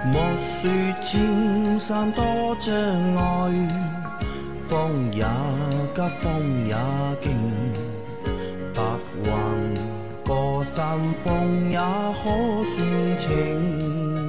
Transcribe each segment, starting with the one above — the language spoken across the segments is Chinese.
莫说青山多障碍，风也急，风也劲，白云过山峰也可算情。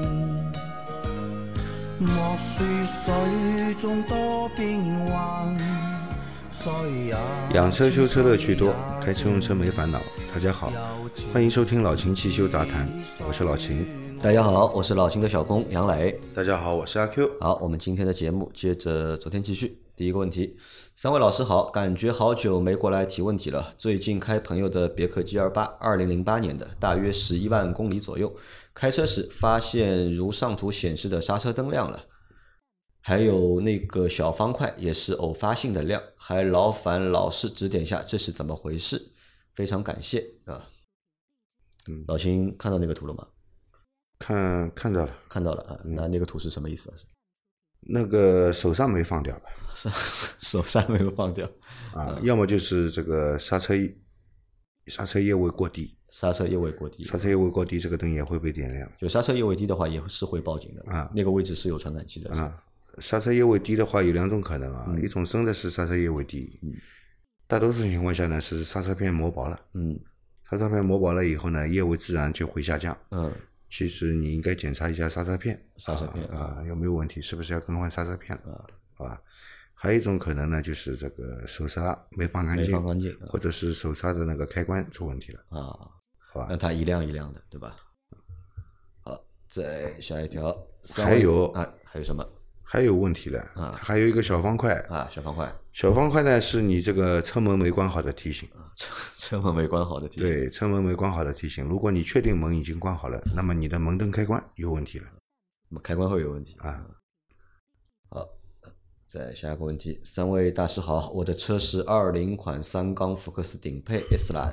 莫说水中多变幻，水也养车修车乐趣多，开车用车没烦恼。大家好，欢迎收听老秦汽修杂谈，我是老秦。 大家好，我是老秦的小工杨磊。 大家好，我是阿 Q。 好，我们今天的节目接着昨天继续。第一个问题，三位老师好，感觉好久没过来提问题了。最近开朋友的别克 GL8 2008年的，大约11万公里左右，开车时发现如上图显示的刹车灯亮了，还有那个小方块也是偶发性的亮，还劳烦老师指点一下这是怎么回事，非常感谢啊。老秦看到那个图了吗？ 看到了， 看到了啊。那个图是什么意思啊？ 那个手上没放掉吧？ 手上没有放掉啊，要么就是这个刹车液位过低， 刹车液位过低， 刹车液位过低，这个灯也会被点亮。 就刹车液位低的话，也是会报警的啊。 那个位置是有传感器的啊。刹车液位低的话有两种可能啊，一种真的是刹车液位低，大多数情况下呢是刹车片磨薄了，刹车片磨薄了以后呢，液位自然就会下降。其实你应该检查一下刹车片有没有问题，是不是要更换刹车片了，好吧？还有一种可能呢，就是这个手刹没放干净，或者是手刹的那个开关出问题了啊， 好吧？ 让它一亮一亮的，对吧？好，再下一条， 还有什么？ 还有问题了还有一个小方块啊， 小方块呢是你这个车门没关好的提醒， 车门没关好的提醒。 对，车门没关好的提醒。如果你确定门已经关好了，那么你的门灯开关有问题了， 那么开关会有问题啊。 好，再下一个问题，三位大师好，我的车是20款3缸福克斯顶配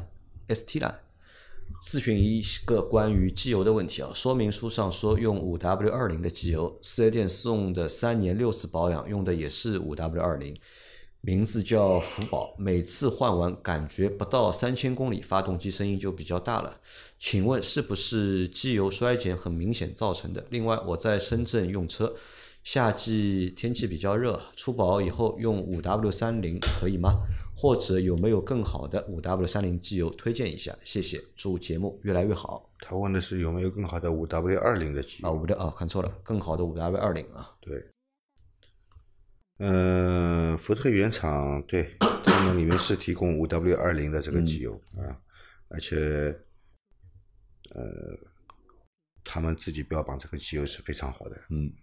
ST 蓝。咨询一个关于机油的问题啊，说明书上说用 5W20 的机油，4S店送的3年6次保养用的也是 5W20， 名字叫福宝，每次换完感觉不到3000公里发动机声音就比较大了，请问是不是机油衰减很明显造成的？另外我在深圳用车，夏季天气比较热，出保以后用 5W30 可以吗？或者有没有更好的 5W30 机油推荐一下？谢谢，祝节目越来越好。 他问的是有没有更好的 5W20 的机油看错了，更好的 5W20 啊。 对，福特原厂对他们里面是提供 5W20 的这个机油而且他们自己标榜这个机油是非常好的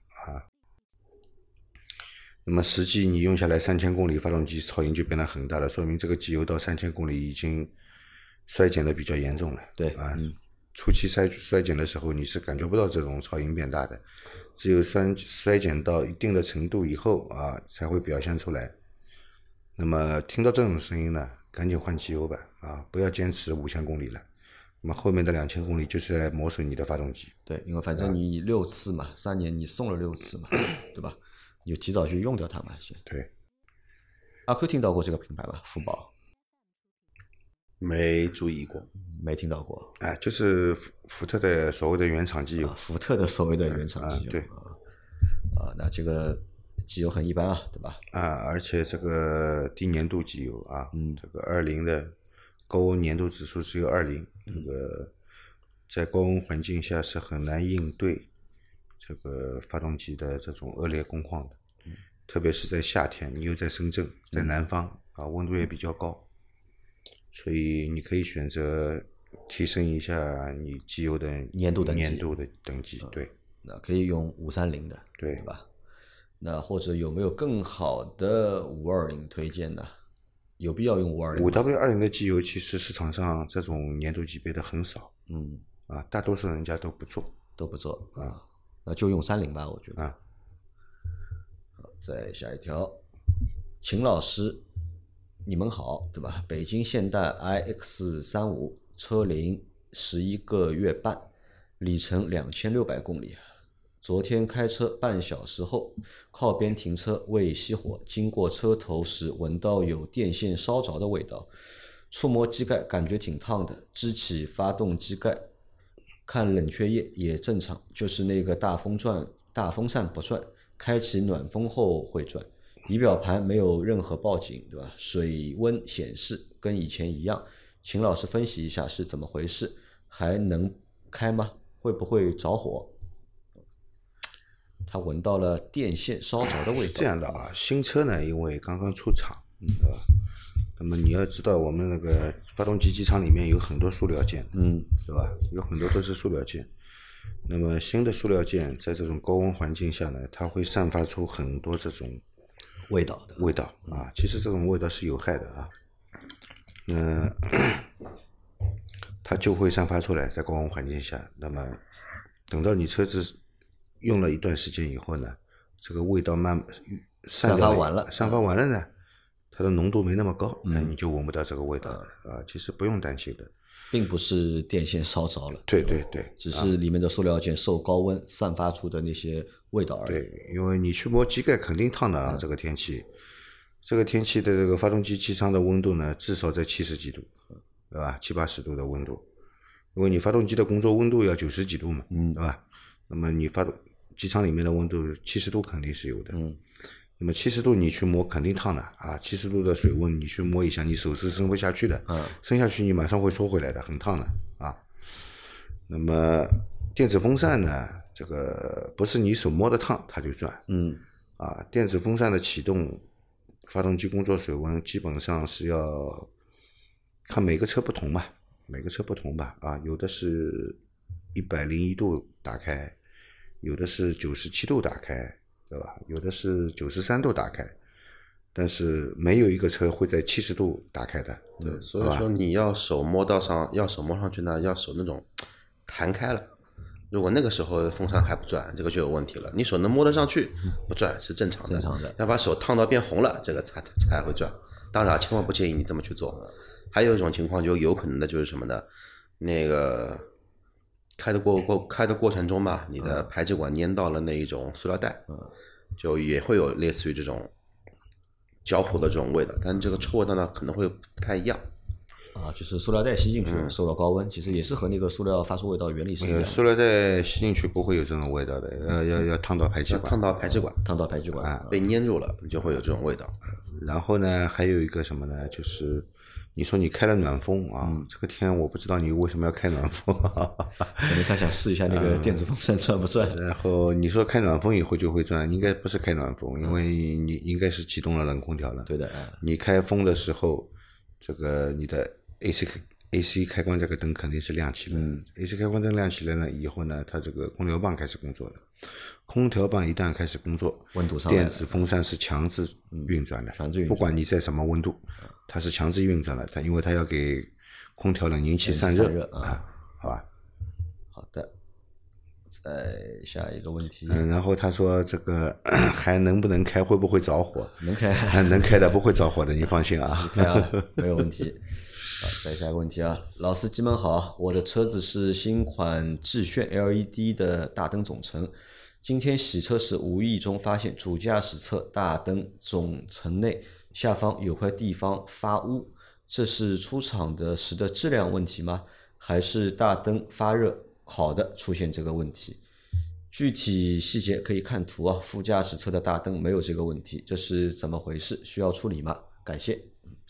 那么实际你用下来3000公里，发动机噪音就变得很大了，说明这个机油到3000公里已经衰减的比较严重了。 对初期衰减的时候你是感觉不到这种噪音变大的，只有衰减到一定的程度以后才会表现出来。那么听到这种声音呢，赶紧换机油吧不要坚持5000公里了。那么后面的2000公里就是来磨损你的发动机。 对，因为反正你6次嘛，3年你送了6次嘛，对吧？你就提早去用掉它嘛。 对。 阿 Q 听到过这个品牌吧？福宝没注意过， 没听到过。 就是福特的所谓的原厂机油。 福特的所谓的原厂机油。 对。 那这个机油很一般对吧？ 而且这个低粘度机油这个20的高温粘度指数只有20，这个在高温环境下是很难应对这个发动机的这种恶劣工况的，特别是在夏天，你又在深圳，在南方温度也比较高，所以你可以选择提升一下你机油的粘度等级。对， 那可以用530的，对吧？那或者有没有更好的520推荐呢？有必要用520 5W20 的机油其实市场上这种粘度级别的很少，大多数人家都不做那就用30吧，我觉得。 好， 再下一条，秦老师，你们好，对吧？北京现代 iX35 车龄11个月半，里程2600公里。昨天开车半小时后，靠边停车未熄火，经过车头时闻到有电线烧着的味道，触摸机盖感觉挺烫的，支起发动机盖看冷却液也正常，就是那个大风扇不转，开启暖风后会转。仪表盘没有任何报警，对吧？水温显示跟以前一样，请老师分析一下是怎么回事，还能开吗？会不会着火？他闻到了电线烧着的味道。 是这样的啊，新车呢，因为刚刚出厂，对吧？那么你要知道，我们那个发动机机舱里面有很多塑料件，对吧？有很多都是塑料件。那么新的塑料件在这种高温环境下呢，它会散发出很多这种味道啊。其实这种味道是有害的啊。它就会散发出来，在高温环境下。那么等到你车子用了一段时间以后呢，这个味道散发完了呢，它的浓度没那么高，你就闻不到这个味道了啊。其实不用担心的， 并不是电线烧着了， 对， 只是里面的塑料件受高温散发出的那些味道而已。 对，因为你去摸机盖肯定烫的啊，这个天气的这个发动机机舱的温度呢，至少在70几度，对吧？70、80度的温度，因为你发动机的工作温度要90几度嘛，对吧？那么你机舱里面的温度70度肯定是有的，那么70度你去摸肯定烫的啊，70度的水温你去摸一下，你手是伸不下去的，伸下去你马上会缩回来的，很烫的啊。那么电子风扇呢，这个不是你手摸的烫它就转，电子风扇的启动，发动机工作水温基本上是要看每个车不同吧，啊，有的是101度打开，有的是97度打开，对吧？有的是93度打开，但是没有一个车会在70度打开的。 对，所以说你要手摸上去呢，要手那种弹开了。如果那个时候风扇还不转，这个就有问题了。你手能摸得上去，不转是正常的。要把手烫到变红了，这个才会转。当然，千万不建议你这么去做。还有一种情况就有可能的就是什么呢？那个开的过程中吧，你的排气管粘到了那一种塑料袋，就也会有类似于这种焦糊的这种味道，但这个臭味道呢可能会不太一样。 就是塑料袋吸进去受到高温，其实也是和那个塑料发出味道原理是一样的。 塑料袋吸进去不会有这种味道的，要烫到排气管， 烫到排气管被粘住了，你就会有这种味道。 然后呢，还有一个什么呢？就是你说你开了暖风啊，这个天我不知道你为什么要开暖风， 可能他想试一下那个电子风扇转不转。 然后你说开暖风以后就会转，应该不是开暖风，因为你应该是启动了冷空调了。 对的， 你开风的时候，这个你的AC 开关这个灯肯定是亮起了，AC 开关灯亮起来了以后呢，它这个空调棒开始工作了。空调棒一旦开始工作， 温度上来了， 电子风扇是强制运转的，不管你在什么温度，它是强制运转的，因为它要给空调冷凝器散热啊，好吧？ 好的，再下一个问题。 然后他说这个还能不能开，会不会着火？ 能开， 能开的，不会着火的，你放心啊。 开啊，没有问题。再下一个问题啊，老司机们好，我的车子是新款致炫 LED 的大灯总成，今天洗车时无意中发现主驾驶侧大灯总成内下方有块地方发乌，这是出厂时的质量问题吗？还是大灯发热好的出现这个问题？具体细节可以看图啊，副驾驶侧的大灯没有这个问题，这是怎么回事？需要处理吗？感谢。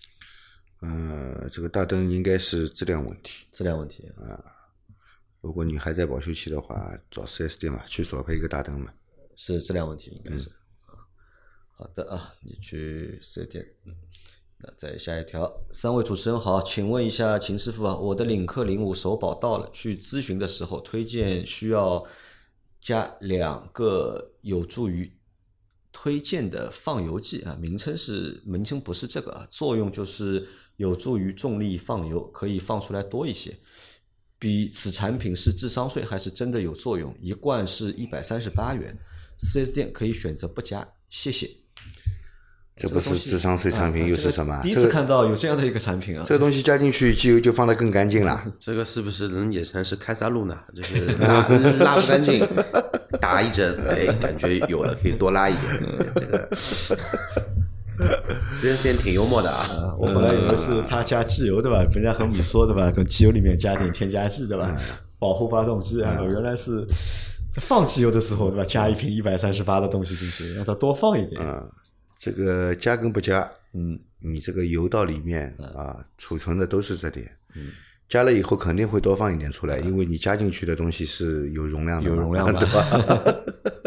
这个大灯应该是质量问题。如果你还在保修期的话，找 4S 店嘛，去索赔一个大灯嘛。 是质量问题，应该是。好的啊，你去4S店。那再下一条，三位主持人好，请问一下秦师傅啊，我的领克05首保到了，去咨询的时候推荐需要加2个有助于推荐的放油剂啊，名称不是这个啊，作用就是有助于重力放油，可以放出来多一些。比此产品是智商税还是真的有作用？一罐是138元，4S 店可以选择不加，谢谢。 这不是智商税产品又是什么？ 第一次看到有这样的一个产品啊！ 这个东西加进去，机油就放得更干净了。 这个是不是能解成是开塞露呢？就是拉不干净，打一针，感觉有了，可以多拉一点。这个4S店挺幽默的啊！ 我本来以为是他加机油对吧？人家和你说对吧？跟机油里面加点添加剂对吧？ 保护发动机啊，原来是在放机油的时候，对吧？加一瓶138的东西进去，让它多放一点。 这个加跟不加，你这个油道里面储存的都是这点，加了以后肯定会多放一点出来，因为你加进去的东西是有容量的， 有容量的， 对吧？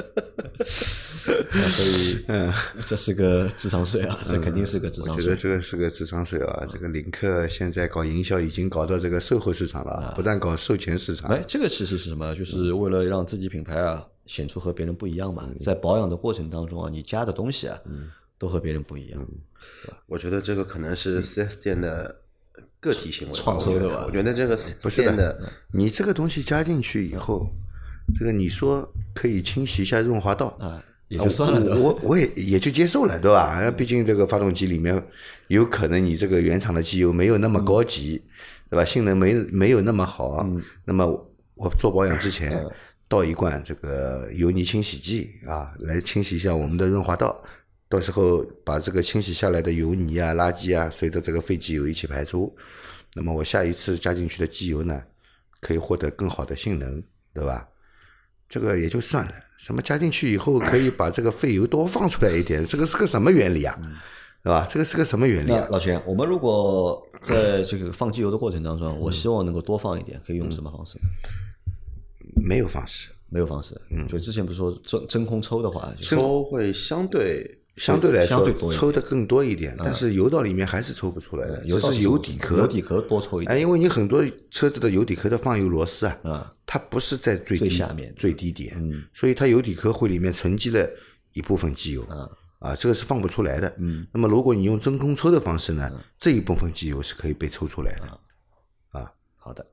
所以，这是个智商税啊，这肯定是个智商税。 我觉得这个是个智商税啊。这个领克现在搞营销已经搞到这个售后市场了，不但搞售前市场。 这个其实是什么？就是为了让自己品牌啊显出和别人不一样嘛。在保养的过程当中啊，你加的东西啊，都和别人不一样。 我觉得这个可能是 4S 店的个体行为创收的吧？ 我觉得这个不是的， 你这个东西加进去以后，这个你说可以清洗一下润滑道啊。也就算了， 我也就接受了，对吧？毕竟这个发动机里面有可能你这个原厂的机油没有那么高级，对吧？性能没有那么好，那么我做保养之前倒一罐这个油泥清洗剂啊，来清洗一下我们的润滑道，到时候把这个清洗下来的油泥啊、垃圾啊，随着这个废机油一起排出，那么我下一次加进去的机油呢，可以获得更好的性能，对吧？这个也就算了，什么加进去以后可以把这个废油多放出来一点，这个是个什么原理啊？对吧？这个是个什么原理啊？ 那老钱，我们如果在这个放机油的过程当中，我希望能够多放一点，可以用什么方式？ 没有方式， 没有方式。就之前不是说真空抽的话， 抽会相对来说抽的更多一点，但是油道里面还是抽不出来的，只是油底壳多抽一点。 因为你很多车子的油底壳的放油螺丝啊，它不是在最下面最低点，所以它油底壳会里面存积了一部分机油这个是放不出来的。那么如果你用真空抽的方式呢，这一部分机油是可以被抽出来的。 好的，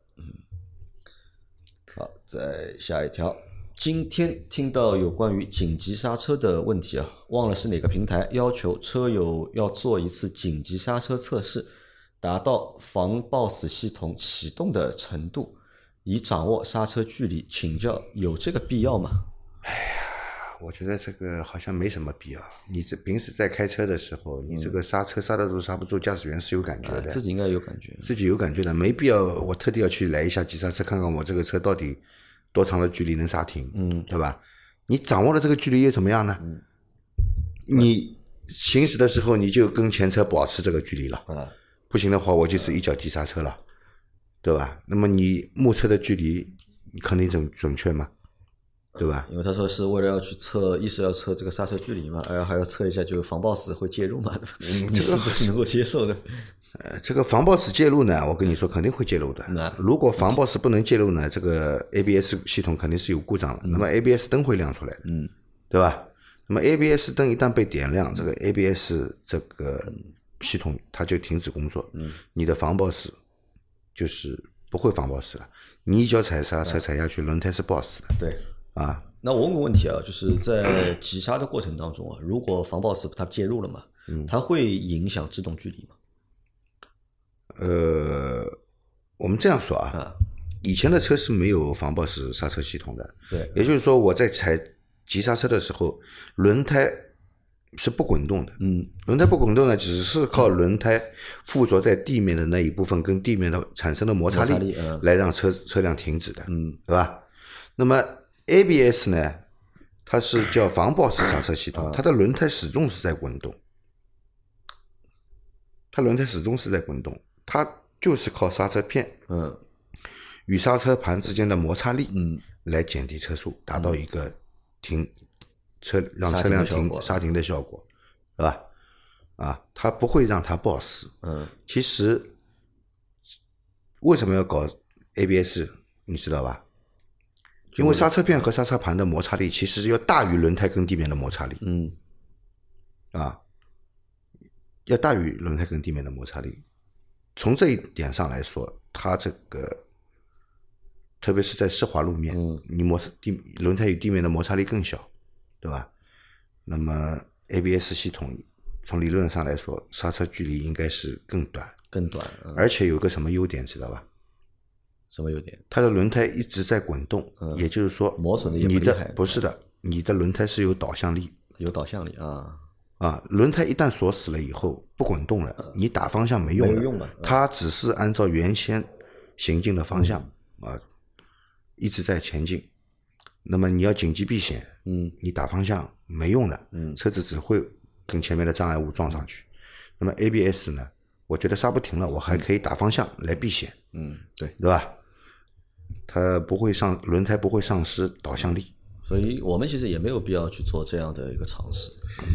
好，再下一条。今天听到有关于紧急刹车的问题啊，忘了是哪个平台要求车友要做一次紧急刹车测试，达到防抱死系统启动的程度，以掌握刹车距离，请教有这个必要吗？ 我觉得这个好像没什么必要。你这平时在开车的时候，你这个刹车刹得住刹不住，驾驶员是有感觉的， 自己应该有感觉， 自己有感觉的，没必要我特地要去来一下急刹车，看看我这个车到底多长的距离能刹停，对吧？你掌握了这个距离又怎么样呢？你行驶的时候你就跟前车保持这个距离了，不行的话我就是一脚急刹车了，对吧？那么你目测的距离你肯定准确吗？对吧？ 因为他说是为了要去测，一是要测这个刹车距离嘛，还要测一下就防抱死会介入嘛，对吧？你是不是能够接受的？ 这个防抱死介入呢，我跟你说肯定会介入的。如果防抱死不能介入呢，这个 ABS 系统肯定是有故障了，那么 ABS 灯会亮出来的，对吧？那么 ABS 灯一旦被点亮，这个 ABS 这个系统它就停止工作，你的防抱死就是不会防抱死了。你一脚踩刹车踩下去，轮胎是抱死的。 对。那我问个问题啊，就是在急刹的过程当中啊，如果防抱死它介入了嘛，它会影响制动距离吗？ 我们这样说以前的车是没有防抱死刹车系统的， 对， 也就是说我在踩急刹车的时候，轮胎是不滚动的，轮胎不滚动呢，只是靠轮胎附着在地面的那一部分跟地面的产生的摩擦力来让车辆停止的，对吧？那么ABS 呢，它是叫防抱死刹车系统，它的轮胎始终是在滚动，它就是靠刹车片与刹车盘之间的摩擦力来减低车速，达到一个让车辆刹停的效果，是吧？它不会让它抱死。其实为什么要搞 ABS 你知道吧？因为刹车片和刹车盘的摩擦力其实要大于轮胎跟地面的摩擦力，要大于轮胎跟地面的摩擦力。从这一点上来说，它这个特别是在湿滑路面，你轮胎与地面的摩擦力更小，对吧？那么 ABS 系统从理论上来说，刹车距离应该是更短，而且有个什么优点知道吧？ 什么优点？ 它的轮胎一直在滚动，也就是说磨损的也不厉害。 不是的，你的轮胎是有导向力，轮胎一旦锁死了以后不滚动了，你打方向没用了，它只是按照原先行进的方向一直在前进，那么你要紧急避险，你打方向没用的，车子只会跟前面的障碍物撞上去。那么 ABS 呢，我觉得刹不停了，我还可以打方向来避险，对吧？它不会轮胎不会丧失导向力， 所以我们其实也没有必要去做这样的一个尝试。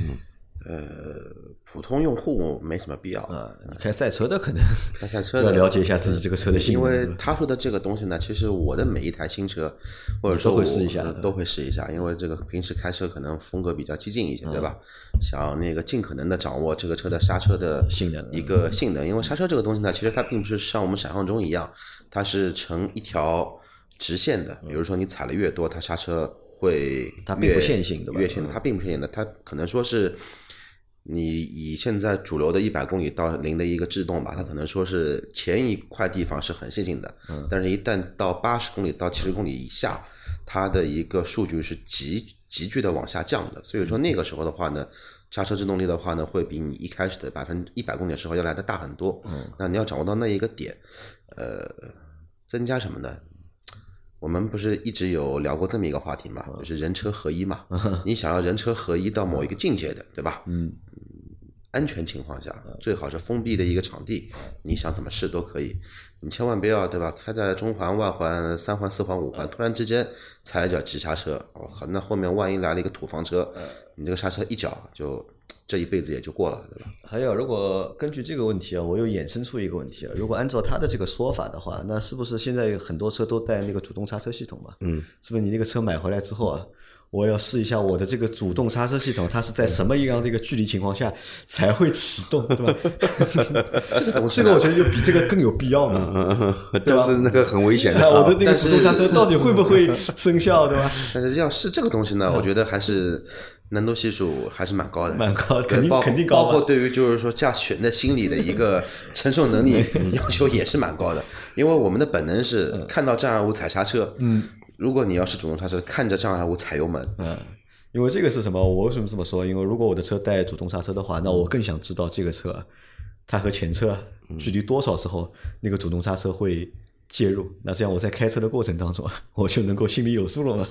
普通用户没什么必要啊。你开赛车的可能开赛车的要了解一下自己这个车的性能， 因为他说的这个东西呢，其实我的每一台新车或者说都会试一下， 都会试一下，因为这个平时开车可能风格比较激进一些，对吧？想那个尽可能的掌握这个车的刹车的性能， 一个性能，因为刹车这个东西呢，其实它并不是像我们想象中一样，它是成一条直线的，比如说你踩了越多，它刹车会它并不线性，对吧？ 越线，它并不线性的，它可能说是。你以现在主流的100公里到0的一个制动吧，它可能说是前一块地方是很线性的，但是一旦到80公里到70公里以下，它的一个数据是急剧的往下降的，所以说那个时候的话呢，刹车制动力的话呢，会比你一开始的100公里的时候要来的大很多。那你要掌握到那一个点，增加什么呢？我们不是一直有聊过这么一个话题嘛，就是人车合一嘛。你想要人车合一到某一个境界的，对吧？安全情况下，最好是封闭的一个场地，你想怎么试都可以。你千万不要，对吧？开在中环、外环、3环、4环、5环，突然之间踩一脚急刹车，那后面万一来了一个土房车，你这个刹车一脚就这一辈子也就过了，对吧？ 还有，如果根据这个问题啊，我又衍生出一个问题啊，如果按照他的这个说法的话，那是不是现在很多车都带那个主动刹车系统嘛？是不是你那个车买回来之后啊？我要试一下我的这个主动刹车系统，它是在什么样的一个距离情况下才会启动，对吧？这个我觉得就比这个更有必要嘛，对吧？ 但是那个很危险的， 我的那个主动刹车到底会不会生效，对吧？ 但是要试这个东西呢，我觉得还是难度系数还是蛮高的， 蛮高的，肯定高。 包括对于就是说驾驶员的心理的一个承受能力要求也是蛮高的，因为我们的本能是看到障碍物踩刹车，如果你要是主动刹车，看着障碍物踩油门， 因为这个是什么？我为什么这么说？因为如果我的车带主动刹车的话，那我更想知道这个车它和前车距离多少时候那个主动刹车会介入，那这样我在开车的过程当中，我就能够心里有数了嘛。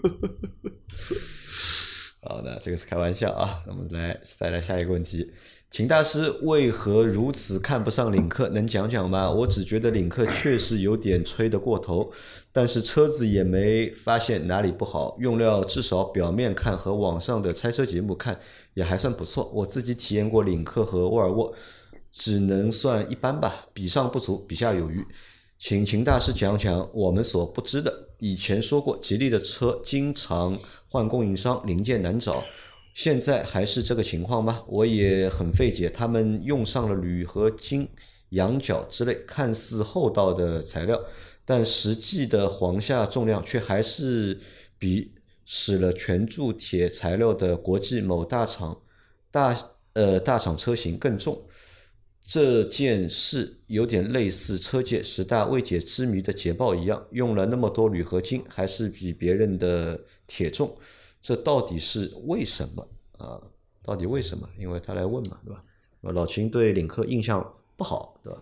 好的，这个是开玩笑啊。那么再来下一个问题，秦大师为何如此看不上领克？能讲讲吗？我只觉得领克确实有点吹得过头，但是车子也没发现哪里不好，用料至少表面看和网上的拆车节目看也还算不错。我自己体验过领克和沃尔沃，只能算一般吧，比上不足，比下有余。请秦大师讲讲我们所不知的。以前说过，吉利的车经常换供应商，零件难找，现在还是这个情况吗？我也很费解，他们用上了铝合金、羊角之类看似厚道的材料，但实际的簧下重量却还是比使了全铸铁材料的国际某大厂车型更重。这件事有点类似车界10大未解之谜的捷豹一样，用了那么多铝合金，还是比别人的铁重，这到底是为什么啊？到底为什么？因为他来问嘛，对吧？老秦对领克印象不好，对吧？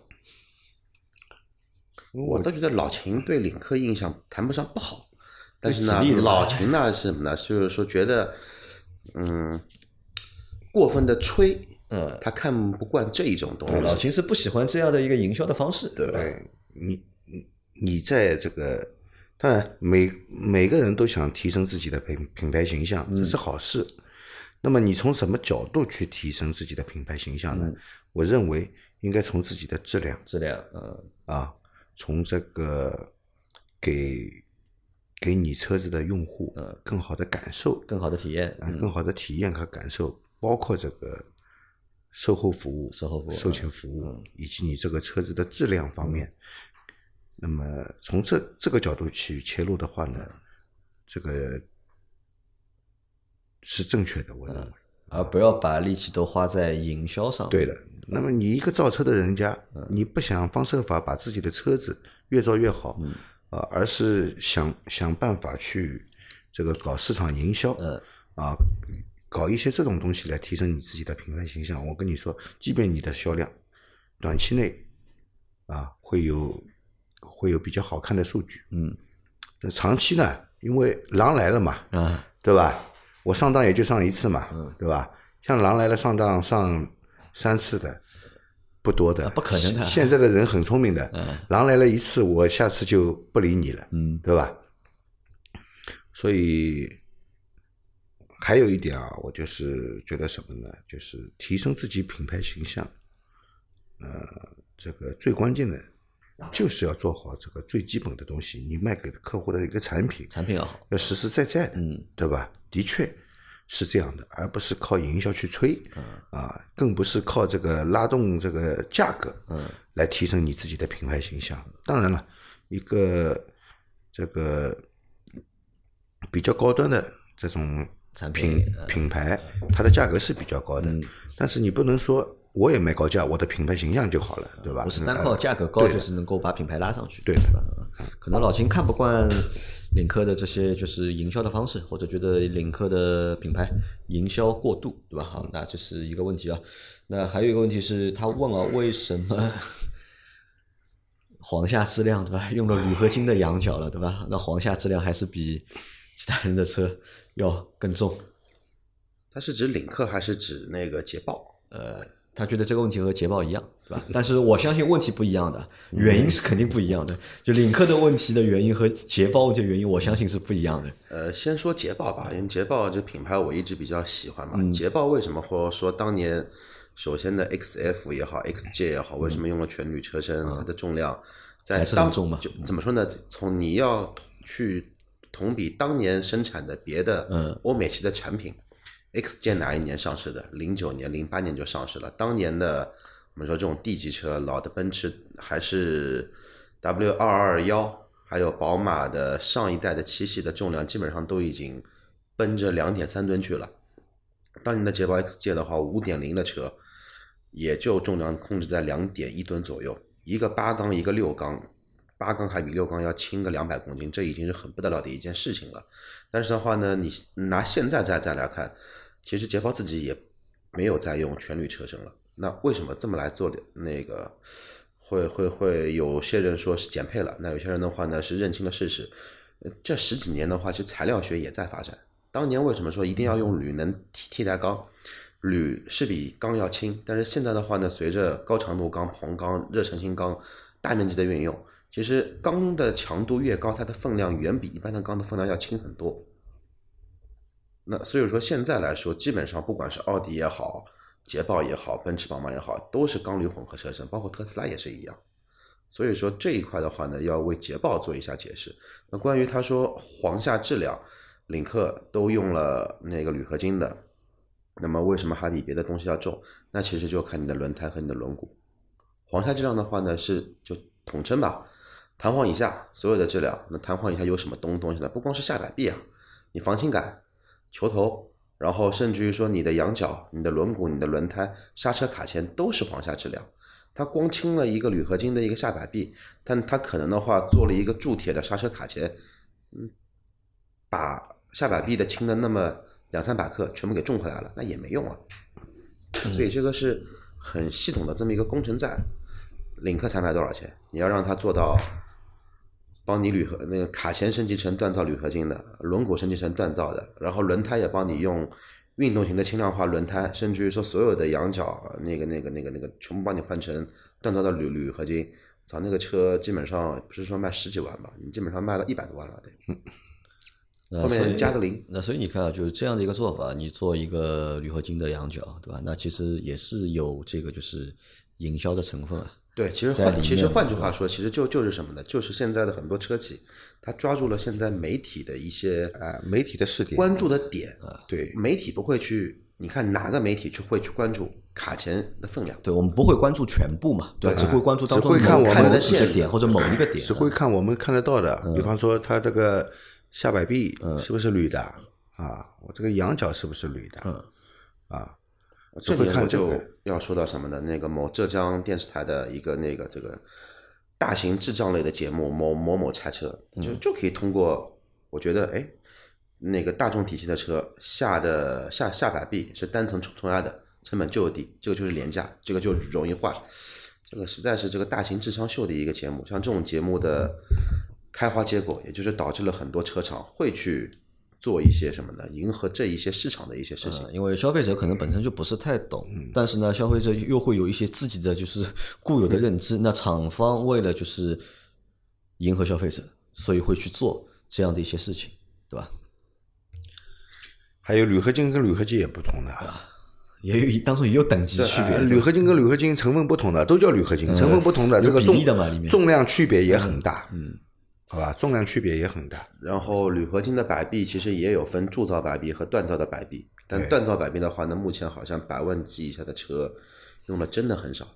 我倒觉得老秦对领克印象谈不上不好，但是呢，老秦呢是什么呢？就是说觉得，过分的吹。他看不惯这一种东西。 老秦是不喜欢这样的一个营销的方式，对吧？ 你在这个，当然每个人都想提升自己的品牌形象，这是好事。那么你从什么角度去提升自己的品牌形象呢？我认为应该从自己的质量，从这个给你车子的用户更好的感受、 更好的体验、 更好的体验和感受，包括这个售后服务、售前服务，以及你这个车子的质量方面。那么从这个角度去切入的话呢，这个是正确的，我认为。 而不要把力气都花在营销上。 对的。那么你一个造车的人家，你不想方设法把自己的车子越造越好，而是想办法去这个搞市场营销，搞一些这种东西来提升你自己的品牌形象。我跟你说，即便你的销量短期内会有比较好看的数据， 长期呢，因为狼来了嘛，对吧？我上当也就上一次嘛，对吧？像狼来了上当上3次的不多的， 不可能的。 现在的人很聪明的，狼来了1次，我下次就不理你了，对吧？所以还有一点啊，我就是觉得什么呢？就是提升自己品牌形象，这个最关键的就是要做好这个最基本的东西，你卖给客户的一个产品要好， 要实实在在的，对吧？的确是这样的，而不是靠营销去吹，更不是靠这个拉动这个价格，来提升你自己的品牌形象。当然了，一个这个比较高端的这种品牌，它的价格是比较高的，但是你不能说我也卖高价，我的品牌形象就好了，对吧？ 不是单靠价格高就是能够把品牌拉上去， 对的。 可能老秦看不惯领克的这些就是营销的方式，或者觉得领克的品牌营销过度，对吧？好，那这是一个问题啊。那还有一个问题是，他问啊，为什么黄下质量，对吧？用了铝合金的羊角了，对吧？那黄下质量还是比其他人的车要更重。 它是指领克还是指那个捷豹？ 他觉得这个问题和捷豹一样，对吧？但是我相信问题不一样的，原因是肯定不一样的。就领克的问题的原因和捷豹问题的原因，我相信是不一样的。 先说捷豹吧，因为捷豹这品牌我一直比较喜欢嘛。捷豹为什么或者说当年首先的 XF 也好 ，XJ 也好，为什么用了全铝车身？它的重量在还是很重嘛？ 就怎么说呢？从你要去同比当年生产的别的欧美系的产品。XJ 哪一年上市的？09年、08年就上市了。当年的我们说这种 D 级车，老的奔驰还是 W221，还有宝马的上一代的7系的重量基本上都已经奔着2.3吨去了。当年的捷豹 XJ 的话 ，5.0 的车也就重量控制在2.1吨左右，一个8缸一个6缸。8缸还比6缸要轻个200公斤，这已经是很不得了的一件事情了。但是的话呢，你拿现在再来看，其实捷豹自己也没有再用全铝车身了。那为什么这么来做的？那个会有些人说是减配了，那有些人的话呢是认清了事实。这10几年的话，其实材料学也在发展。当年为什么说一定要用铝能替代钢？铝是比钢要轻，但是现在的话呢，随着高强度钢、硼钢、热成型钢大面积的运用。其实钢的强度越高，它的分量远比一般的钢的分量要轻很多。那所以说现在来说，基本上不管是奥迪也好，捷豹也好，奔驰、宝马也好，都是钢铝混合车身，包括特斯拉也是一样。所以说这一块的话呢，要为捷豹做一下解释。那关于他说黄下质量，领克都用了那个铝合金的，那么为什么还比别的东西要重？那其实就看你的轮胎和你的轮毂。黄下质量的话呢，是就统称吧。弹簧以下所有的质量，那弹簧以下有什么东西呢？不光是下摆臂啊，你防倾杆、球头，然后甚至于说你的仰角、你的轮毂、你的轮胎、刹车卡钳都是黄下质量。它光清了一个铝合金的一个下摆臂，但它可能的话做了一个铸铁的刹车卡钳，把下摆臂的轻的那么200-300克全部给重回来了，那也没用啊。所以这个是很系统的这么一个工程在。领克才卖多少钱？你要让它做到帮你那个卡钳升级成锻造铝合金的，轮毂升级成锻造的，然后轮胎也帮你用运动型的轻量化轮胎，甚至于说所有的仰角那个全部帮你换成锻造的铝合金。操，那个车基本上不是说卖10几万吧，你基本上卖了100多万了得。后面加个零。 那所以你看啊，就是这样的一个做法，你做一个铝合金的仰角，对吧？那其实也是有这个就是营销的成分啊。 对，其实换句话说，其实就是什么呢？就是现在的很多车企，它抓住了现在媒体的一些媒体的视点、 关注的点对， 媒体不会去，你看哪个媒体会去关注卡钳的分量？ 对，我们不会关注全部嘛，对吧？只会关注当中只会看我们的几个点或者某一个点， 只会看我们看得到的。比方说，它这个下摆臂是不是铝的啊？我这个仰角是不是铝的？啊。 这里我就要说到什么呢？那个某浙江电视台的一个这个大型智障类的节目某拆车，就可以通过，我觉得那个大众体系的车下摆臂是单层冲压的，成本就低，这个就是廉价，这个就容易坏。这个实在是这个大型智商秀的一个节目，像这种节目的开花结果，也就是导致了很多车厂会去做一些什么呢？迎合这一些市场的一些事情。 因为消费者可能本身就不是太懂，但是呢，消费者又会有一些自己的就是固有的认知。那厂方为了就是迎合消费者，所以会去做这样的一些事情，对吧？ 还有铝合金跟铝合金也不同的， 也有当中也有等级区别。 铝合金跟铝合金成分不同的都叫铝合金，成分不同的这个重量区别也很大。好吧，重量区别也很大。 然后铝合金的摆臂其实也有分铸造摆臂和锻造的摆臂，但锻造摆臂的话呢，目前好像100万级以下的车用的真的很少。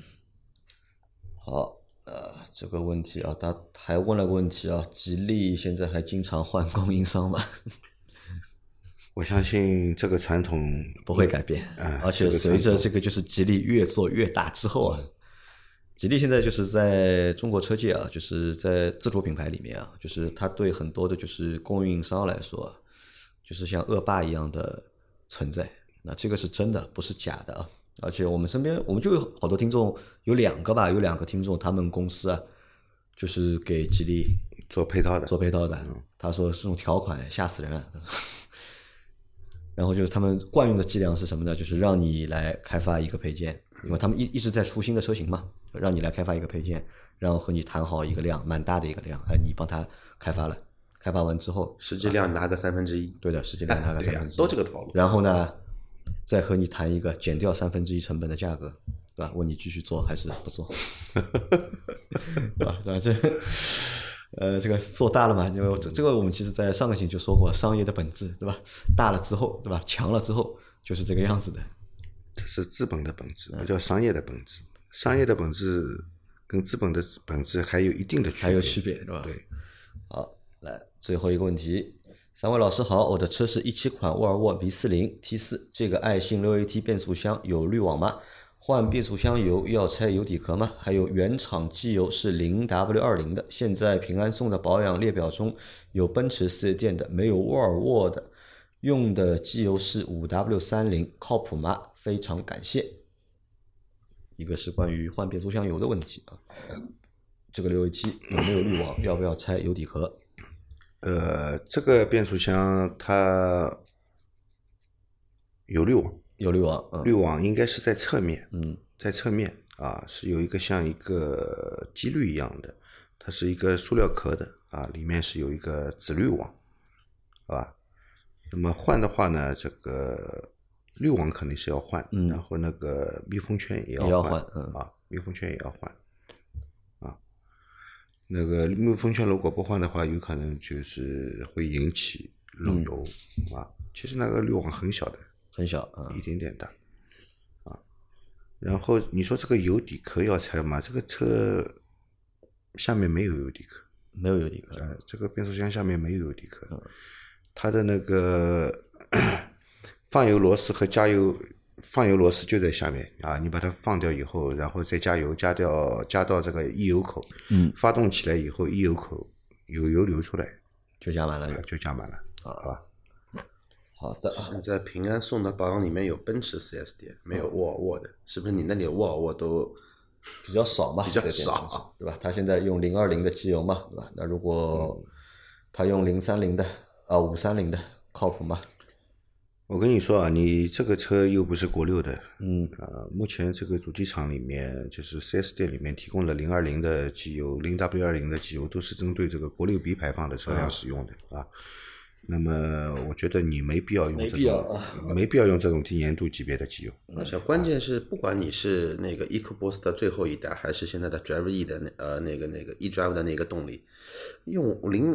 好，这个问题啊，他还问了个问题啊，吉利现在还经常换供应商吗？ 我相信这个传统不会改变，而且随着这个就是吉利越做越大之后啊。吉利现在就是在中国车界啊，就是在自主品牌里面啊，就是它对很多的就是供应商来说，就是像恶霸一样的存在。那这个是真的，不是假的啊。而且我们身边，我们就有好多听众，有两个听众，他们公司啊，就是给吉利做配套的。 他说这种条款吓死人了。然后就是他们惯用的伎俩是什么呢？就是让你来开发一个配件，因为他们一直在出新的车型嘛，让你来开发一个配件，然后和你谈好一个量，蛮大的一个量，你帮他开发了，开发完之后， 实际量拿个1/3。 对的，实际量拿个1/3， 都这个套路。 然后呢，再和你谈一个减掉1/3成本的价格，对吧？问你继续做还是不做，对吧？这个做大了嘛，因为这个我们其实在上个星期就说过，商业的本质，对吧？大了之后，对吧？强了之后就是这个样子的。 这是资本的本质，不叫商业的本质。商业的本质跟资本的本质还有一定的区别， 还有区别，对吧？ 对。 好，来最后一个问题，三位老师好，我的车是17款沃尔沃 V40 T4，这个爱信 6AT 变速箱有滤网吗？换变速箱油要拆油底壳吗？还有原厂机油是 0W20 的，现在平安送的保养列表中有奔驰4S店的，没有沃尔沃的，用的机油是 5W30， 靠谱吗？非常感谢。一个是关于换变速箱油的问题啊，这个 6AT 有没有滤网，要不要拆油底壳？ 这个变速箱它有滤网。 有滤网， 滤网应该是在侧面，在侧面啊，是有一个像一个机滤一样的，它是一个塑料壳的啊，里面是有一个止滤网，好吧？那么换的话呢，这个滤网肯定是要换，然后那个密封圈也要换，密封圈也要换，啊，那个密封圈如果不换的话，有可能就是会引起漏油啊。其实那个滤网很小的。 很小， 一点点大，啊，然后你说这个油底壳要拆吗？这个车下面没有油底壳， 没有油底壳， 这个变速箱下面没有油底壳，它的那个放油螺丝和放油螺丝就在下面啊，你把它放掉以后，然后再加油，加到这个溢油口，发动起来以后，溢油口有油流出来， 就加满了， 好吧？ 好的， 现在平安送的保养里面有奔驰 4S 店，没有沃尔沃的，是不是你那里沃尔沃都比较少嘛？ 比较少， 对吧？他现在用020的机油嘛，对吧？那如果他用030的530的，靠谱吗？ 我跟你说啊，你这个车又不是国六的，目前这个主机厂里面就是 4S 店里面提供的020的机油、0W20的机油都是针对这个国六 B 排放的车辆使用的啊。那么我觉得你没必要用这种低粘度级别的机油， 而且关键是不管你是那个 EcoBoost 的最后一代，还是现在的 Drive E 的那个 eDrive 的那个动力，用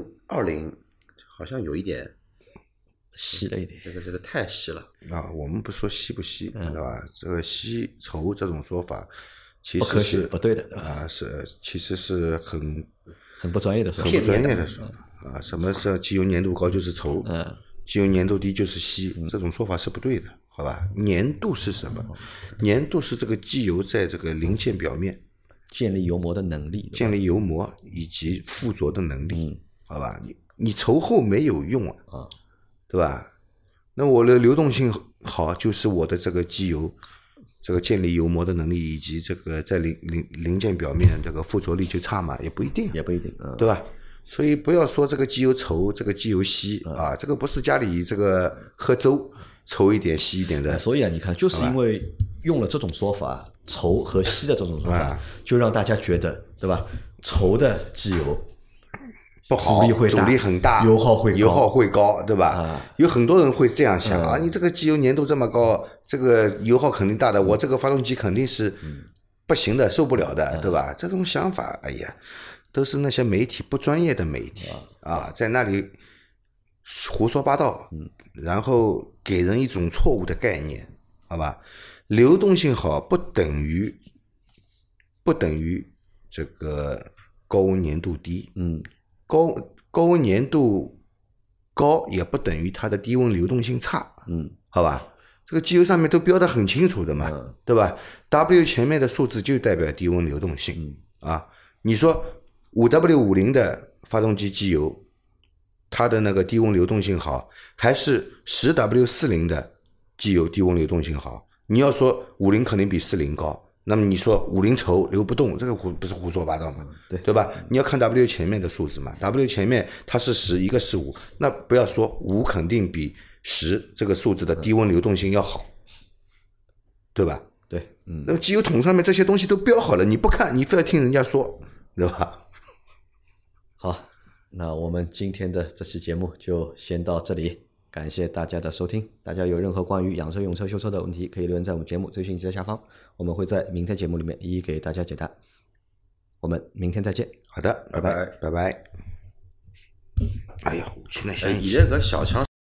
020好像有一点稀了一点， 这个太稀了啊！我们不说稀不稀，对吧？这个稀稠这种说法其实是不对的啊，其实是很不专业的说法， 很不专业的说法。啊，什么是机油粘度高就是稠，机油粘度低就是稀，这种说法是不对的，好吧？粘度是什么？粘度是这个机油在这个零件表面建立油膜的能力， 建立油膜以及附着的能力，好吧？你稠厚没有用啊，对吧？那我的流动性好，就是我的这个机油这个建立油膜的能力以及这个在零件表面这个附着力就差嘛，也不一定， 对吧？ 所以不要说这个机油稠，这个机油稀啊，这个不是家里这个喝粥稠一点稀一点的。 所以啊，你看，就是因为用了这种说法，稠和稀的这种说法，就让大家觉得，对吧？稠的机油不好，阻力很大， 油耗会高， 对吧？有很多人会这样想啊，你这个机油粘度这么高，这个油耗肯定大的，我这个发动机肯定是不行的，受不了的，对吧？这种想法，哎呀，都是那些媒体不专业的媒体啊，在那里胡说八道，然后给人一种错误的概念，好吧？流动性好不等于这个高温粘度低，高温粘度高也不等于它的低温流动性差，好吧？这个机油上面都标得很清楚的嘛，对吧 ？W 前面的数字就代表低温流动性，啊，你说 5W50 的发动机机油，它的那个低温流动性好，还是 10W40 的机油低温流动性好？你要说50肯定比40高。那么你说50稠流不动，这个不是胡说八道吗？对吧？你要看 W 前面的数字嘛 ，W 前面它是10，一个是5，那不要说5肯定比10这个数字的低温流动性要好，对吧？ 对， 那么机油桶上面这些东西都标好了，你不看，你非要听人家说，对吧？ 好，那我们今天的这期节目就先到这里。感谢大家的收听，大家有任何关于养车、用车、修车的问题，可以留言在我们节目最新一期的下方，我们会在明天节目里面一一给大家解答。我们明天再见。 好的，拜拜。哎呦，现在以这个小强